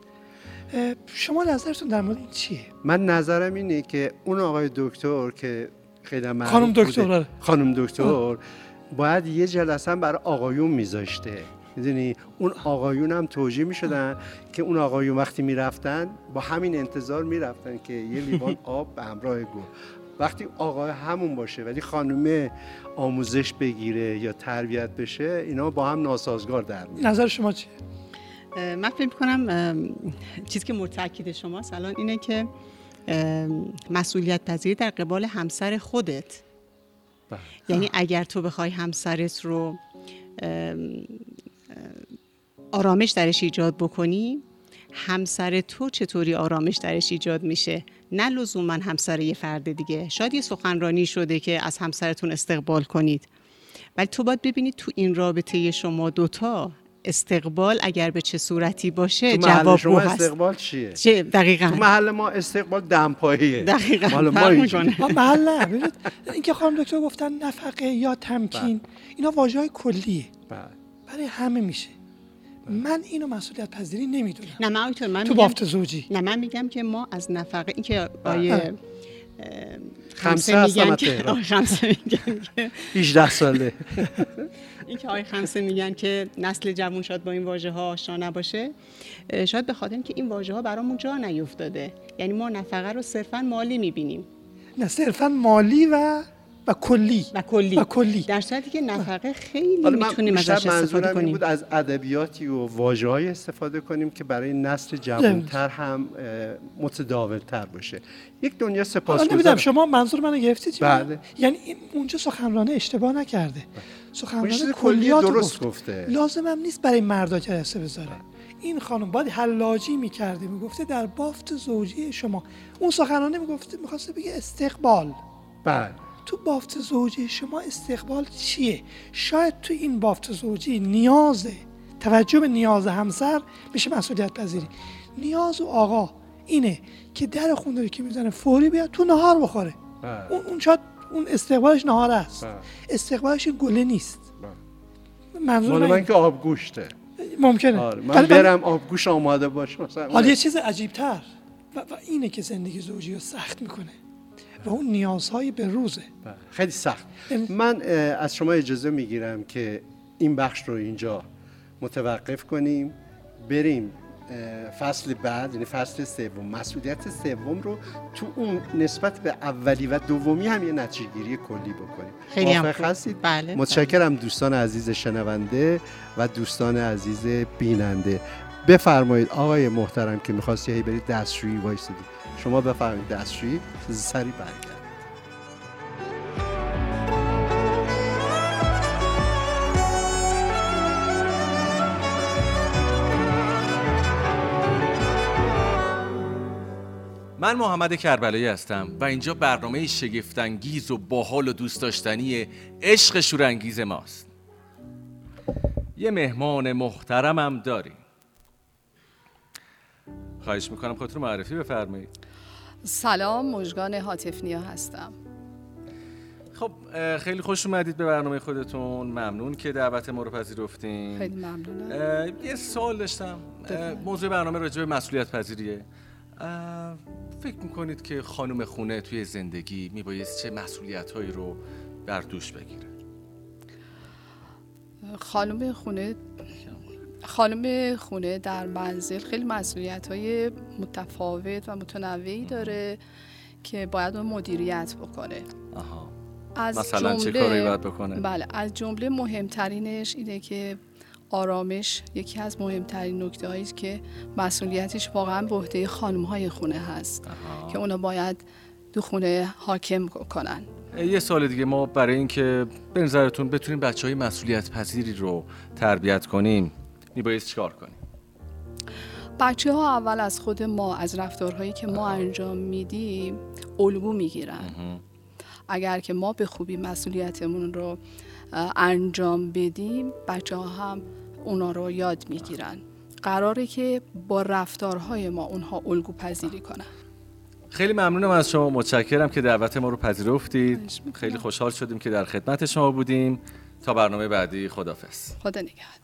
شما نظرتون در مورد این چیه؟ من نظرم اینه که اون آقای دکتر که خیلی خانم دکتر خانم دکتر باید یه جلسه برای آقایون میذاشته میدونی اون آقایون هم توجیه میشدن که اون آقایون وقتی میرفتن با همین انتظار میرفتن که یه لیوان آب به همراه گل. وقتی آقای همون باشه ولی خانومه آموزش بگیره یا تربیت بشه، اینا با هم ناسازگار در میاد. نظر شما چیه؟ من فکر می‌کنم چیزی که مورد تاکید شماست الان اینه که مسئولیت پذیری در قبال همسر خودت. یعنی اگر تو بخوای همسرت رو آرامش درش ایجاد بکنی، همسر تو چطوری آرامش درش ایجاد میشه، نه لزوما همسر یه فرد دیگه. شاید یه سخنرانی شده که از همسرتون استقبال کنید، ولی تو باید ببینید تو این رابطه شما دوتا استقبال اگر به چه صورتی باشه جواب شما هست. استقبال چیه؟ دقیقاً تو محل ما استقبال دمپاییه. دقیقاً ما فرق میکنه. محل نه. ببینید اینکه خانم دکتر گفتن نفقه یا تمکین، اینا واژه‌های کلیه، برای همه میشه. من اینو مسئولیت پذیری نمیدونم. نه من تو بافت زوجی. نه من میگم که ما از نفقه، این که آیه خمسه میگن که 18 ساله این که آقای خمسه میگن که نسل جوان شاید با این واژه ها آشنا نباشه، شاید به خاطر اینکه این واژه ها برامون جا نیفتاده. یعنی ما نفقه رو صرفا مالی میبینیم. نه، صرفا مالی و کلی. در صورتی که نفقه خیلی میتونیم ازش استفاده کنیم. بود از ادبیاتی و واژه‌های استفاده کنیم که برای نسل جوان‌تر هم متداول‌تر باشه. یک دنیا سپاسگزار. نمیدونم شما منظور منو گرفتید؟ بله. یعنی اونجا سخنرانه اشتباه نکرده. سخنرانه کلیات درست گفته. لازم هم نیست برای مردا جلسه بذاره. این خانم باید حلاجی میکرده، میگفته در بافت زوجی شما. اون سخنرانه میخواسته بگه استقبال. بله. تو بافت زوجی شما استقبال چیه؟ شاید تو این بافت زوجی نیازه، توجه به نیاز همسر میشه مسئولیت پذیری. نیاز آقا اینه که در خونه رو که میزنه فوری بیاد تو نهار بخوره. اون شاید اون استقبالش نهار است. استقبالش گله نیست. منظور من که آبگوشته. ممکنه. من برم آبگوش آماده باشه مثلا. حالا یه چیز عجیب‌تر و اینه که زندگی زوجی رو سخت میکنه و اون نیازهای به روزه. خیلی سخت. من از شما اجازه میگیرم که این بخش رو اینجا متوقف کنیم، بریم فصل بعد، یعنی فصل سوم، مسئولیت سوم رو تو اون نسبت به اولی و دومی هم یه نتیجه‌گیری کلی بکنیم. خیلی موافق هستید؟ بله. متشکرم دوستان عزیز شنونده و دوستان عزیز بیننده. بفرمایید آقای محترم که می‌خواستی هی برید دستشویی وایسیدید. شما بفرمایید دستشویی، سریع برگردید. من محمد کربلایی هستم و اینجا برنامه شگفت‌انگیز و باحال و دوست داشتنی عشق شورانگیز ماست. یه مهمان محترمم داریم. خواهش میکنم خودتون معرفی بفرمایید. سلام، مژگان هاتفنیا هستم. خب خیلی خوش اومدید به برنامه خودتون. ممنون که دعوت ما رو پذیرفتین. خیلی ممنونم. یه سوال داشتم. موضوع برنامه راجع به مسئولیت پذیریه. فکر میکنید که خانم خونه توی زندگی میبایست چه مسئولیت‌هایی رو بر دوش بگیره؟ خانم خونه در منزل خیلی مسئولیت‌های متفاوت و متنوعی داره که باید اون مدیریت بکنه. مثلا چه کاری باید بکنه؟ بله، از جمله مهمترینش اینه که آرامش یکی از مهمترین نکته‌هایی است که مسئولیتش واقعا به عهده خانم‌های خونه هست که اونا باید تو خونه حاکم کنن. یه سوال دیگه، ما برای اینکه به نظرتون بتونیم بچه‌های مسئولیت پذیری رو تربیت کنیم میبایست چیکار کنیم؟ بچه‌ها اول از خود ما، از رفتارهایی که ما انجام میدیم الگو میگیرن. اگر که ما به خوبی مسئولیتمون رو انجام بدیم، بچه‌ها هم اونا رو یاد میگیرن. قراره که با رفتارهای ما اونها الگو پذیری کنن. خیلی ممنونم از شما، متشکرم که دعوت ما رو پذیرفتید. خیلی خوشحال شدیم که در خدمت شما بودیم. تا برنامه بعدی، خداحافظ. خدا نگهدار.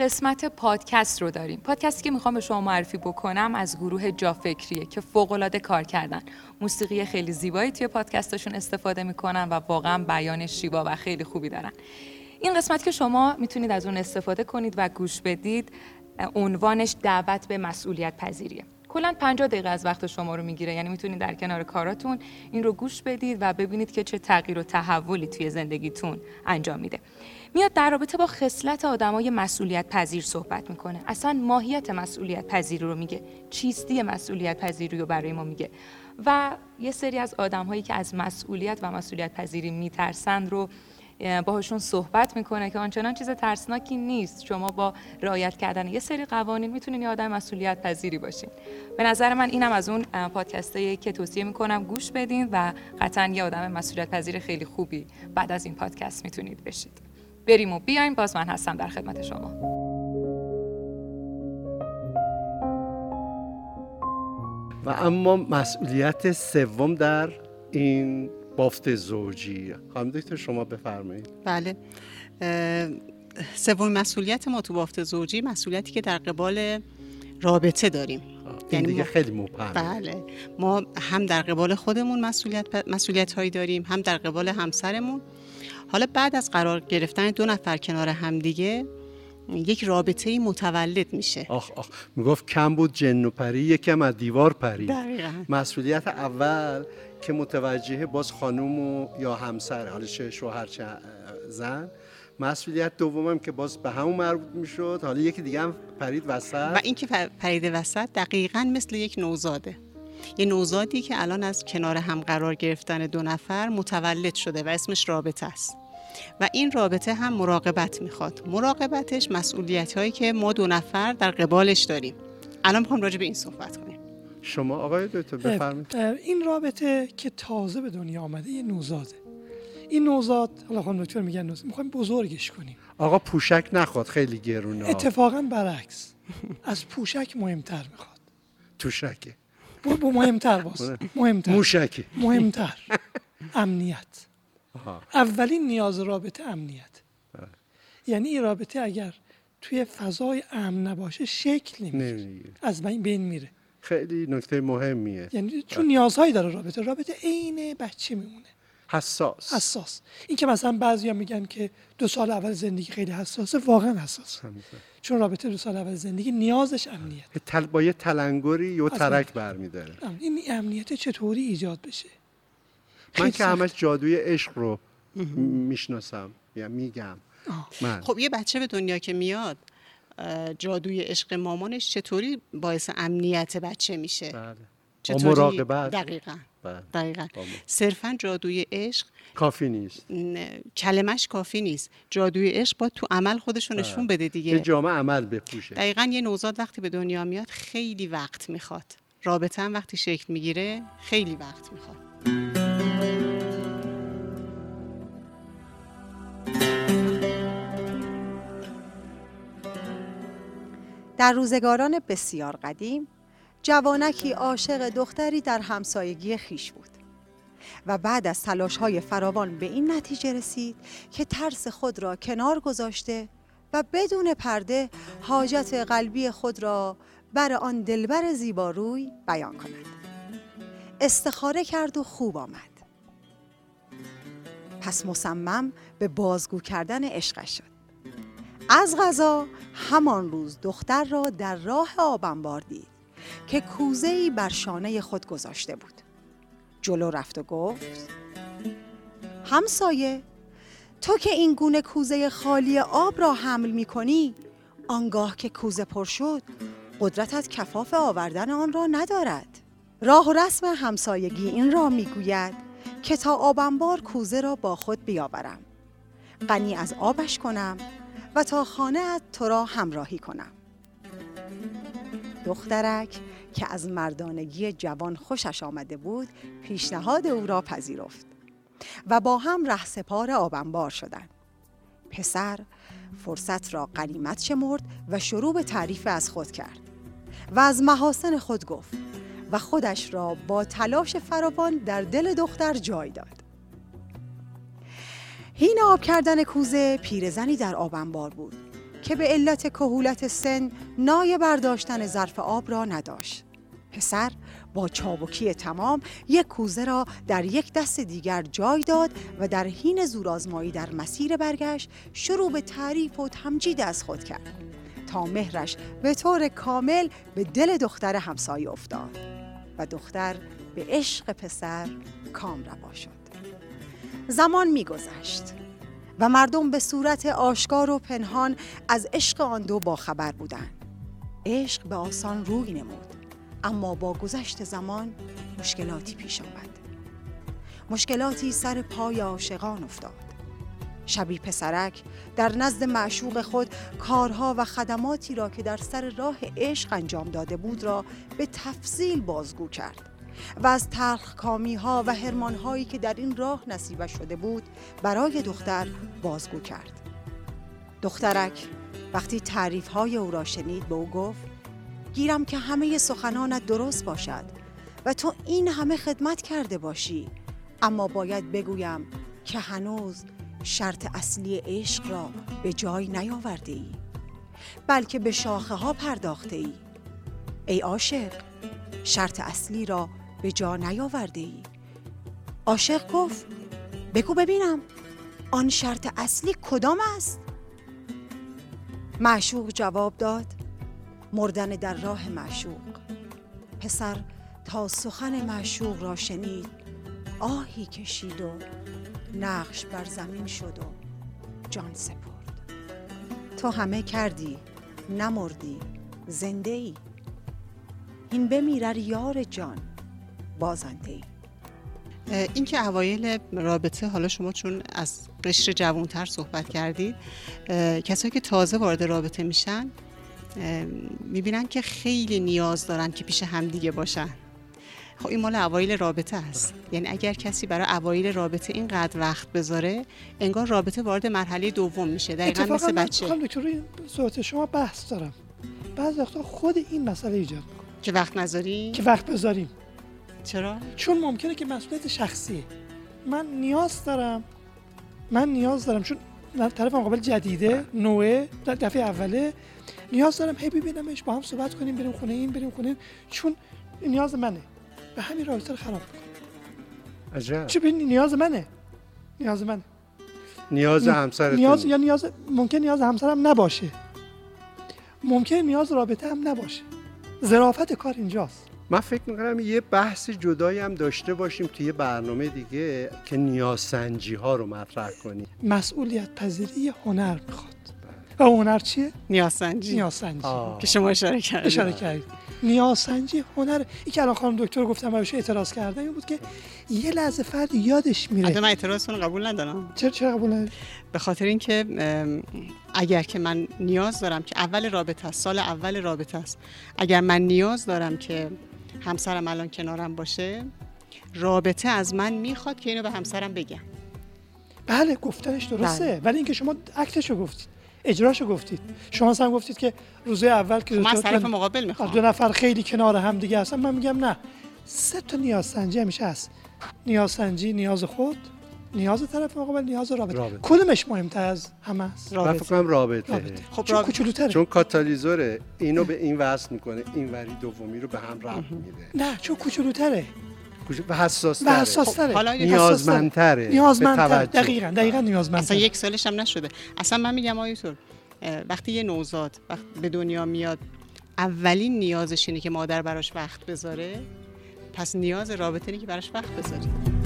قسمت پادکست رو داریم. پادکستی که میخوام به شما معرفی بکنم از گروه جافکریه که فوق‌العاده کار کردن. موسیقی خیلی زیبایی توی پادکستاشون استفاده میکنن و واقعا بیان شیوا و خیلی خوبی دارن. این قسمت که شما میتونید از اون استفاده کنید و گوش بدید، عنوانش دعوت به مسئولیت پذیریه. کلاً 50 دقیقه از وقت شما رو میگیره، یعنی میتونید در کنار کاراتون این رو گوش بدید و ببینید که چه تغییر و تحولی توی زندگیتون انجام میده. میاد در رابطه با خصلت آدمای مسئولیت پذیر صحبت میکنه. اصلا ماهیت مسئولیت پذیری رو میگه، چیستی مسئولیت پذیری رو برای ما میگه و یه سری از آدم‌هایی که از مسئولیت و مسئولیت پذیری میترسن رو باهاشون صحبت میکنه که آنچنان چیز ترسناکی نیست. شما با رعایت کردن یه سری قوانین میتونین یه آدم مسئولیت پذیری باشین. به نظر من اینم از اون پادکستایی که توصیه میکنم گوش بدین و قطعاً یه آدم مسئولیت پذیر خیلی خوبی بعد از این پادکست میتونید بشید. بریم و بیایم. باز من هستم در خدمت شما. و اما مسئولیت سوم در این بافت زوجی، خانم دکتر شما بفرمایید. بله، سومین مسئولیت ما تو بافت زوجی مسئولیتی که در قبال رابطه داریم. یعنی دیگه خیلی مبهمه. بله، ما هم در قبال خودمون مسئولیت هایی داریم، هم در قبال همسرمون. حالا بعد از قرار گرفتن دو نفر کنار همدیگه یک رابطه‌ای متولد میشه. آخ میگفت کم بود جن و پری، یکم از دیوار پری. دقیقاً. مسئولیت اول که متوجه باز خانم و یا همسر، حالا چه شوهر چه زن، مسئولیت دومم که باز به همون مربوط میشد، حالا یکی دیگه هم پرید وسط. و این که پرید وسط دقیقاً مثل یک نوزاده، یه نوزادی که الان از کنار هم قرار گرفتن دو نفر متولد شده و اسمش رابطه است و این رابطه هم مراقبت میخواد. مراقبتش مسئولیت هایی که ما دو نفر در قبالش داریم. الان میخوام راجع به این صحبت کنیم. شما آقای دکتر بفرمایید. این رابطه که تازه به دنیا آمده یه نوزاده. این نوزاد، حالا خانم دکتر میگن نوزاد، میخوایم بزرگش کنیم. آقا پوشک نخواد، خیلی گرونه. اتفاقا برعکس، از پوشک مهمتر میخواد. توشکه مهمتر باز، مهمتر، موشکی مهمتر، امنیت. اولین نیاز رابطه امنیت. یعنی این رابطه اگر توی فضای امن نباشه شکل نمیگیره، از بین میره. خیلی نکته مهمیه. یعنی چون نیازهایی داره رابطه عین بچه میمونه، حساس. این که مثلا بعضیا میگن که 2 سال اول زندگی خیلی حساسه، واقعا حساسه. چون رابطه 2 سال اول زندگی نیازش امنیت. با یه تلنگری یا ترک برمیداره. این امنیت چطوری ایجاد بشه؟ من که همش جادوی عشق رو میشناسم یا میگم. خب یه بچه به دنیا که میاد، جادوی عشق مامانش چطوری باعث امنیت بچه میشه؟ بله. چطوری؟ مراقبت. دقیقاً. صرفاً جادوی عشق کافی نیست. کلمش کافی نیست. جادوی عشق باید تو عمل خودشو نشون بده دیگه. یه جامعه عمل بپوشه. دقیقاً. یه نوزاد وقتی به دنیا میاد خیلی وقت میخواد. رابطه هم وقتی شکل میگیره خیلی وقت میخواد. در روزگاران بسیار قدیم جوانکی عاشق دختری در همسایگی خیش بود و بعد از تلاش‌های فراوان به این نتیجه رسید که ترس خود را کنار گذاشته و بدون پرده حاجت قلبی خود را بر آن دلبر زیباروی بیان کند. استخاره کرد و خوب آمد. پس مصمم به بازگو کردن عشقش شد. از قضا همان روز دختر را در راه آبنبار دید که کوزه‌ای بر شانه خود گذاشته بود. جلو رفت و گفت: همسایه، تو که این گونه کوزه خالی آب را حمل می کنی، آنگاه که کوزه پر شد قدرتت کفاف آوردن آن را ندارد. راه و رسم همسایگی این را می گوید که تا آبنبار کوزه را با خود بیاورم، غنی از آبش کنم و تا خانه‌ات تو را همراهی کنم. دخترک که از مردانگی جوان خوشش آمده بود پیشنهاد او را پذیرفت و با هم رهسپار آبنبار شدند. پسر فرصت را غنیمت شمرد و شروع به تعریف از خود کرد و از محاسن خود گفت و خودش را با تلاش فراوان در دل دختر جای داد. حین آب کردن کوزه پیرزنی در آبنبار بود که به علت کهولت سن نای برداشتن ظرف آب را نداشت. پسر با چابکی تمام یک کوزه را در یک دست دیگر جای داد و در حین زورآزمایی در مسیر برگشت شروع به تعریف و تمجید از خود کرد تا مهرش به طور کامل به دل دختر همسایه افتاد و دختر به عشق پسر کام روا شد. زمان می‌گذشت و مردم به صورت آشکار و پنهان از عشق آن دو باخبر بودند. عشق به آسان روی نمود، اما با گذشت زمان مشکلاتی پیش آمد. مشکلاتی سر پای عاشقان افتاد. شبی پسرک در نزد معشوق خود کارها و خدماتی را که در سر راه عشق انجام داده بود را به تفصیل بازگو کرد و از تلخکامی‌ها و حرمان‌هایی که در این راه نصیبش شده بود برای دختر بازگو کرد. دخترک وقتی تعریف‌های او را شنید به او گفت: گیرم که همه سخنانت درست باشد و تو این همه خدمت کرده باشی، اما باید بگویم که هنوز شرط اصلی عشق را به جای نیاورده ای، بلکه به شاخه ها پرداخته ای. ای عاشق، شرط اصلی را به جا نیاورده ای. عاشق گفت: بگو ببینم آن شرط اصلی کدام است؟ معشوق جواب داد: مردن در راه معشوق. پسر تا سخن معشوق را شنید آهی کشید و نقش بر زمین شد و جان سپرد. تو همه کردی نمردی، زنده ای، این بمیرر یار جان بازنده ای. این که اوایل رابطه، حالا شما چون از قشر جوانتر صحبت کردید، کسایی که تازه وارد رابطه میشن میبینن که خیلی نیاز دارن که پیش همدیگه باشن. خب این مال اوایل رابطه است. یعنی اگر کسی برای اوایل رابطه اینقدر وقت بذاره، انگار رابطه وارد مرحله دوم میشه. دقیقاً مثل بچه. اتفاقاً دکتر روی صحبت شما بحث دارم. بعضی وقتا خود این مسئله ایجاد میکنه که وقت نذاریم، که وقت بذاریم. چرا؟ چون ممکنه که مسئولیت شخصیه. من نیاز دارم چون طرف مقابل جدیده، نوعه، دفعه اوله، نیاز دارم هی ببینمش، با هم صحبت کنیم، بریم خونه این، بریم خونه، چون نیاز منه و همین رابطه رو خراب میکنه. عجب. چه ببین نیاز منه. نیاز همسرتون. ممکن نیاز همسرم نباشه. ممکن نیاز رابطه هم نباشه. ظرافت کار اینجاست. من فکر میکنم یه بحث جدایی هم داشته باشیم توی یه برنامه دیگه که نیازسنجی ها رو مطرح کنیم. مسئولیت پذیری هنر میخواد. و هنر چیه؟ نیازسنجی. که شما اشاره کردید. نیازسنجی هنر. این که الان خانم دکتر گفتم بهش اعتراض کردن این بود که یه لحظه فرد یادش میره. البته من اعتراضتون رو قبول ندارم. چرا قبول نداری؟ به خاطر اینکه اگر که من نیاز دارم که اول رابطه است، سال اول رابطه است، اگر من نیاز دارم که همسرم الان کنارم باشه، رابطه از من میخواد که اینو به همسرم بگم. بله گفتنش درسته، ولی اینکه شما اکتشو گفتید، اجراشو گفتید. شما هم گفتید که روزه اول که من از طرف مقابل میخوام دو نفر خیلی کنار هم دیگه هستن، من میگم نه، 3 تا نیازسنجی همیشه هست. نیازسنجی، نیاز خود، نیاز طرف مقابل، نیاز رابطه. کدومش مهمتر از همه است؟ من فکر کنم رابطه. خب چون کوچولوتره، چون کاتالیزوره، اینو به این وصل میکنه، این وری دومی رو به هم ربط میده. نه چون کوچولوتره و حساس‌تره. حالا نیازمندتره. دقیقاً نیازمندتره. اصلا 1 سالش هم نشده. اصلا من میگم آیتور، وقتی یه نوزاد به دنیا میاد، اولین نیازش اینه که مادر براش وقت بذاره، پس نیاز رابطه اینه که براش وقت بذاره.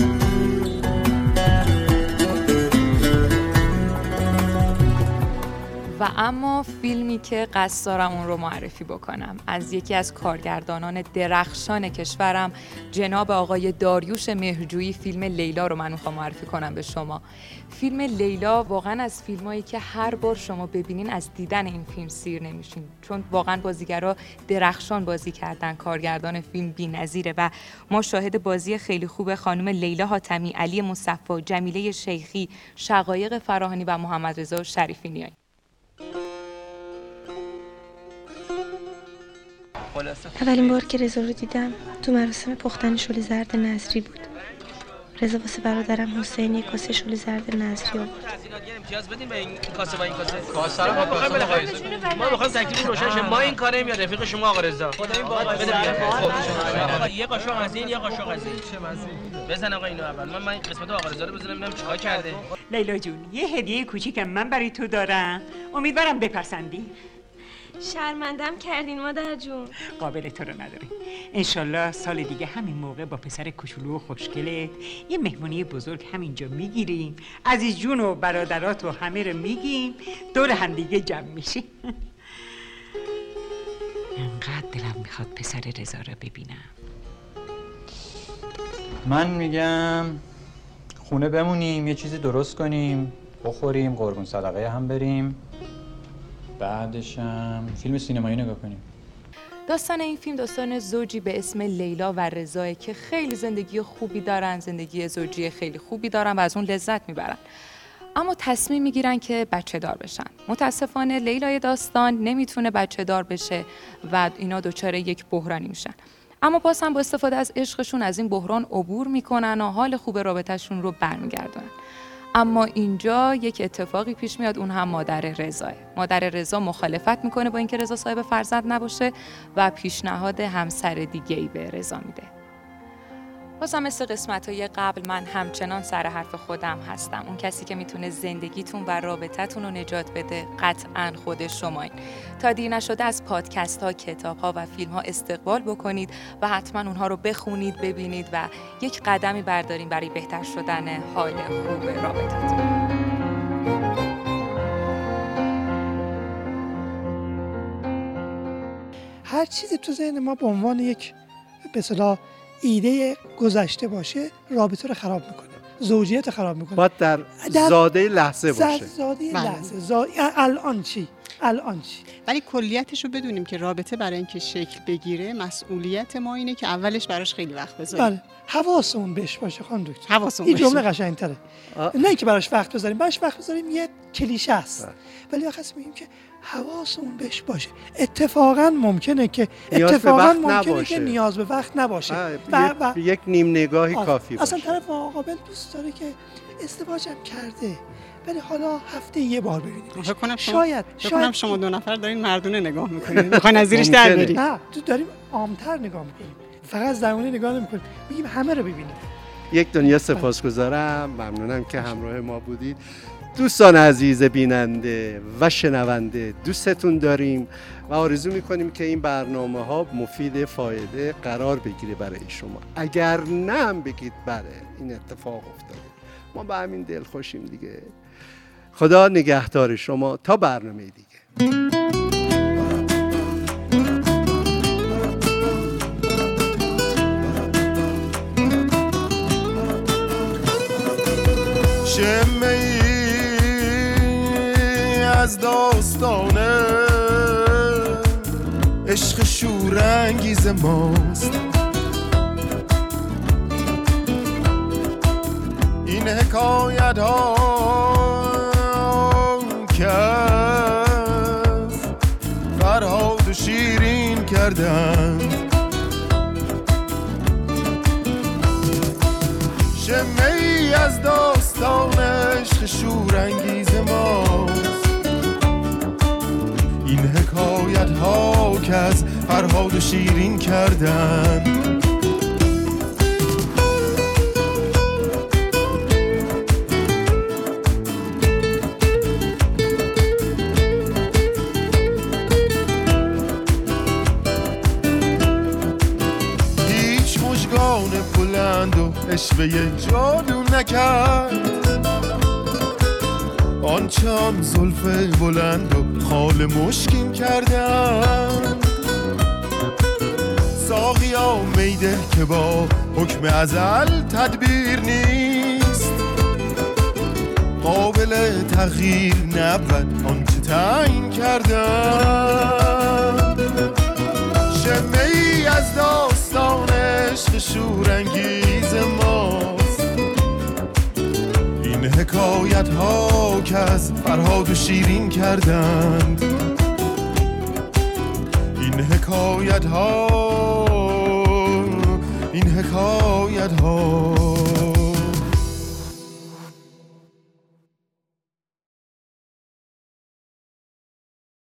و اما فیلمی که قصد دارم اون رو معرفی بکنم از یکی از کارگردانان درخشان کشورم، جناب آقای داریوش مهرجویی، فیلم لیلا رو من میخوام معرفی کنم به شما. فیلم لیلا واقعا از فیلمایی که هر بار شما ببینین از دیدن این فیلم سیر نمیشین، چون واقعا بازیگرا درخشان بازی کردن، کارگردان فیلم بی‌نظیره و ما شاهد بازی خیلی خوب خانم لیلا حاتمی، علی مصطفی، جمیله شیخی، شقایق فراهانی و محمد رضا شریفی نیاییم. اولین بار که رضا رو دیدم تو مراسم پختن شل زرد نظری بود. رضا واسه برادرم حسین یک کاسه شل زرد نظری آورد. امتیاز بدیم به این کاسه با این کاسه رو ما می‌خوایم بلغاییم. ما می‌خوایم تکلیف روشن شه. ما این کاریم یا رفیق شما آقا رضا؟ خدا این باور بده بیاد. یه قاشق از این، یه قاشق از این. چه مزه؟ بزن آقا اینو اول. من قسمت آقا رضا رو بزنم ببینم چیکار کرده. لیلا جون، یه هدیه کوچیکم من برای تو دارم. امیدوارم بپسندی. شرمندم کردین مادر جون. قابل تو رو نداره. انشالله سال دیگه همین موقع با پسر کوچولو و خوشگلت یه مهمونی بزرگ همینجا میگیریم. عزیز جون و برادرات و همه رو میگیم، دور هم دیگه جمع میشیم. انقدر دلم میخواد پسر رضا رو ببینم. من میگم خونه بمونیم، یه چیزی درست کنیم، بخوریم، قربون صدقه هم بریم، بعدشم فیلم سینمایی نگاه کنیم. داستان این فیلم داستان زوجی به اسم لیلا و رضا که خیلی زندگی خوبی دارن، زندگی زوجی خیلی خوبی دارن و از اون لذت میبرن. اما تصمیم میگیرن که بچه دار بشن. متاسفانه لیلای داستان نمیتونه بچه دار بشه و اینا دچار یک بحرانی میشن. اما باز هم با استفاده از عشقشون از این بحران عبور میکنن و حال خوب رابطهشون رو برمیگردونن. اما اینجا یک اتفاقی پیش میاد، اون هم مادر رضاه. مادر رضا مخالفت میکنه با اینکه رضا صاحب فرزند نباشه و پیشنهاد همسر دیگه‌ای به رضا میده. بازم مثل قسمت‌های قبل من همچنان سر حرف خودم هستم. اون کسی که میتونه زندگیتون و رابطتون رو نجات بده قطعاً خود شمایین. تا دیر نشده از پادکست‌ها، کتاب‌ها و فیلم‌ها استقبال بکنید و حتما اونها رو بخونید، ببینید و یک قدمی بردارین برای بهتر شدن حال خوب رابطتون. هر چیزی تو ذهن ما به عنوان یک به اصطلاح ایده گذشته باشه رابطه رو خراب میکنه، زوجیت رو خراب میکنه. باید در زاده لحظه باشه. زاده لحظه. الان چی؟ ولی کلیتش رو بدونیم که رابطه برای اینکه شکل بگیره مسئولیت ما اینه که اولش براش خیلی وقت بذاریم. بله. حواسمون بهش باشه خانم دکتر. حواسمون این بهش. جمله قشنگ‌تره. نه اینکه براش وقت بذاریم. یه کلیشه است. ولی آخه میگیم که حواسمون بهش باشه. اتفاقا ممکنه که نیاز به وقت نباشه. یک نیم نگاهی کافی باشه. اصلا طرف مقابل دوست داره که ازدواج هم کرده، ولی حالا هفته یه بار ببینیدش. شاید شما دو نفر دارین مردونه نگاه میکنین، میخواین از زیرش در برید. نه، تو داریم عام‌تر نگاه میکنیم، فقط زمانی نگاه نمیکنیم، میگیم همه رو ببینیم. یک دنیا سپاسگزارم، ممنونم که همراه ما بودید. دوستان عزیز بیننده و شنونده، دوستتون داریم و آرزو میکنیم که این برنامه ها مفید فایده قرار بگیره برای شما. اگر نه هم بگید بله این اتفاق افتاده، ما به همین دل خوشیم دیگه. خدا نگهدار شما تا برنامه دیگه. شمعی از داستانه عشق شورانگیز ماست، این حکایت ها که فرهاد و شیرین کردن، شمعی از داستان عشق شورانگیز ماست، این حکایت ها که از فرهاد و شیرین کردن. هیچ مژگان بلند و عشوه جادو نکرد، آنچه آن زلف بلند و خال مشکین کردن. ساقیا میده که با حکم ازل تدبیر نیست، قابل تغییر نبود آنچه تعیین کردن. شمعی از داستان عشق شورانگیز ماست، این حکایت ها که از فرهاد و شیرین کردند، این حکایت ها